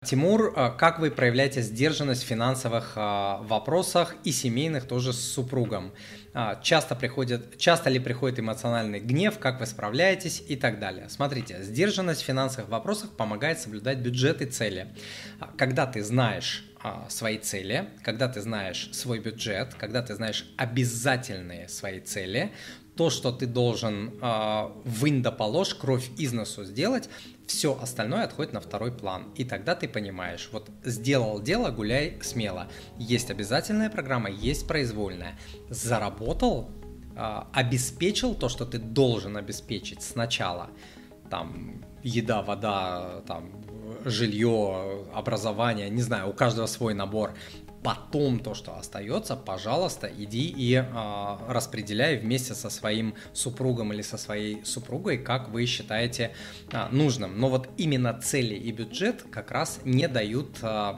Тимур, как вы проявляете сдержанность в финансовых вопросах и семейных тоже с супругом? Часто ли приходит эмоциональный гнев, как вы справляетесь и так далее? Смотрите, сдержанность в финансовых вопросах помогает соблюдать бюджет и цели. Когда ты знаешь свои цели, когда ты знаешь свой бюджет, когда ты знаешь обязательные свои цели, то, что ты должен вынь да положь, кровь из носу сделать, все остальное отходит на второй план. И тогда ты понимаешь, вот сделал дело, гуляй смело. Есть обязательная программа, есть произвольная. Заработал, обеспечил то, что ты должен обеспечить сначала. Там еда, вода, там жилье, образование, не знаю, у каждого свой набор. Потом то, что остается, пожалуйста, иди и распределяй вместе со своим супругом или со своей супругой, как вы считаете нужным. Но вот именно цели и бюджет как раз не дают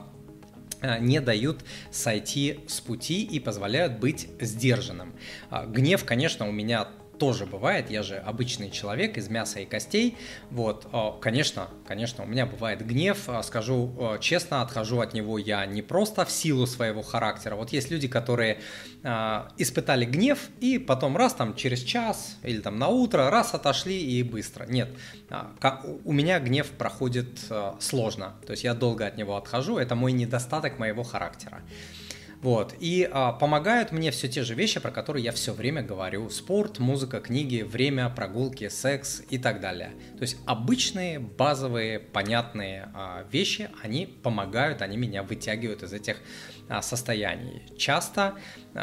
сойти с пути и позволяют быть сдержанным. Гнев, конечно, у меня тоже бывает, я же обычный человек из мяса и костей, вот, конечно, у меня бывает гнев, скажу честно, отхожу от него я не просто в силу своего характера, вот есть люди, которые испытали гнев и потом раз там через час или там на утро раз отошли и быстро, нет, у меня гнев проходит сложно, то есть я долго от него отхожу, это мой недостаток моего характера. Вот. И помогают мне все те же вещи, про которые я все время говорю. Спорт, музыка, книги, время, прогулки, секс и так далее. То есть обычные, базовые, понятные вещи, они помогают, они меня вытягивают из этих состояний. Часто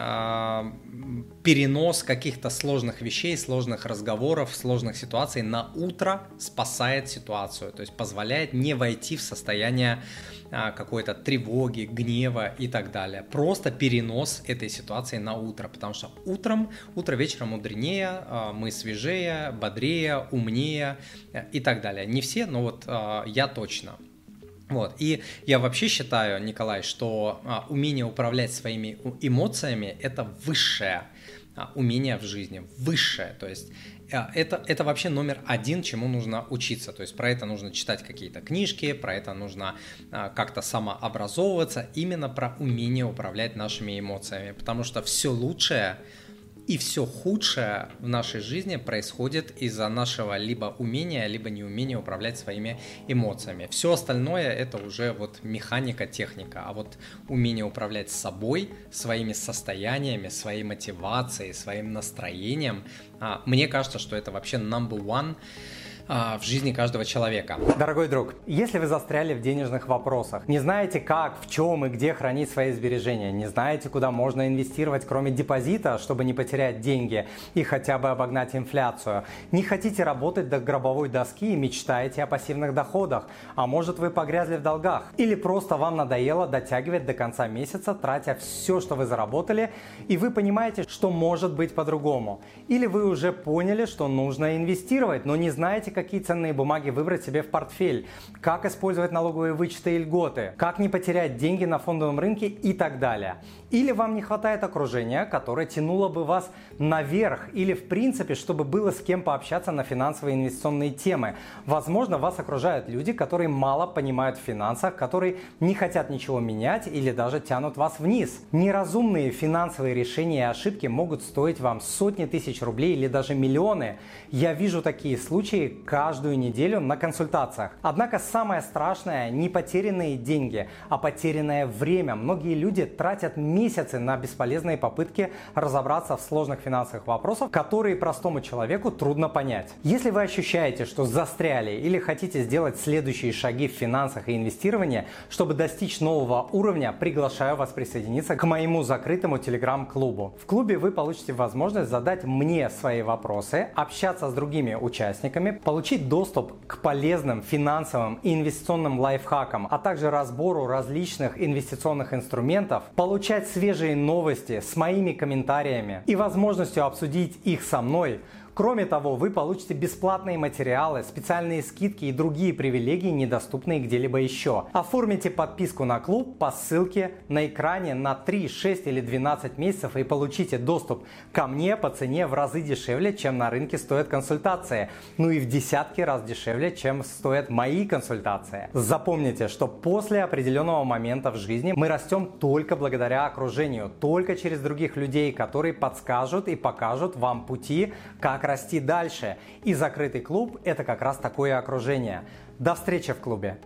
перенос каких-то сложных вещей, сложных разговоров, сложных ситуаций на утро спасает ситуацию. То есть позволяет не войти в состояние какой-то тревоги, гнева и так далее. Просто перенос этой ситуации на утро, потому что утро вечером мудренее, мы свежее, бодрее, умнее и так далее. Не все, но вот я точно. Вот. И я вообще считаю, Николай, что умение управлять своими эмоциями – это высшее умение в жизни, высшее, то есть это вообще номер один, чему нужно учиться, то есть про это нужно читать какие-то книжки, про это нужно как-то самообразовываться, именно про умение управлять нашими эмоциями, потому что все лучшее и все худшее в нашей жизни происходит из-за нашего либо умения, либо неумения управлять своими эмоциями. Все остальное это уже вот механика, техника, а вот умение управлять собой, своими состояниями, своей мотивацией, своим настроением, мне кажется, что это вообще number one в жизни каждого человека. Дорогой друг, если вы застряли в денежных вопросах, не знаете как, в чем и где хранить свои сбережения, не знаете, куда можно инвестировать, кроме депозита, чтобы не потерять деньги и хотя бы обогнать инфляцию, не хотите работать до гробовой доски и мечтаете о пассивных доходах, а может вы погрязли в долгах, или просто вам надоело дотягивать до конца месяца, тратя все, что вы заработали, и вы понимаете, что может быть по-другому, или вы уже поняли, что нужно инвестировать, но не знаете, какие ценные бумаги выбрать себе в портфель, как использовать налоговые вычеты и льготы, как не потерять деньги на фондовом рынке и так далее. Или вам не хватает окружения, которое тянуло бы вас наверх, или в принципе, чтобы было с кем пообщаться на финансовые и инвестиционные темы. Возможно, вас окружают люди, которые мало понимают в финансах, которые не хотят ничего менять или даже тянут вас вниз. Неразумные финансовые решения и ошибки могут стоить вам сотни тысяч рублей или даже миллионы. Я вижу такие случаи каждую неделю на консультациях. Однако самое страшное не потерянные деньги, а потерянное время. Многие люди тратят месяцы на бесполезные попытки разобраться в сложных финансовых вопросах, которые простому человеку трудно понять. Если вы ощущаете, что застряли или хотите сделать следующие шаги в финансах и инвестировании, чтобы достичь нового уровня, приглашаю вас присоединиться к моему закрытому телеграм-клубу. В клубе вы получите возможность задать мне свои вопросы, общаться с другими участниками, получить доступ к полезным финансовым и инвестиционным лайфхакам, а также разбору различных инвестиционных инструментов, получать свежие новости с моими комментариями и возможностью обсудить их со мной, Кроме того, вы получите бесплатные материалы, специальные скидки и другие привилегии, недоступные где-либо еще. Оформите подписку на клуб по ссылке на экране на 3, 6 или 12 месяцев и получите доступ ко мне по цене в разы дешевле, чем на рынке стоят консультации. Ну и в десятки раз дешевле, чем стоят мои консультации. Запомните, что после определенного момента в жизни мы растем только благодаря окружению, только через других людей, которые подскажут и покажут вам пути, как расти дальше. И закрытый клуб – это как раз такое окружение. До встречи в клубе!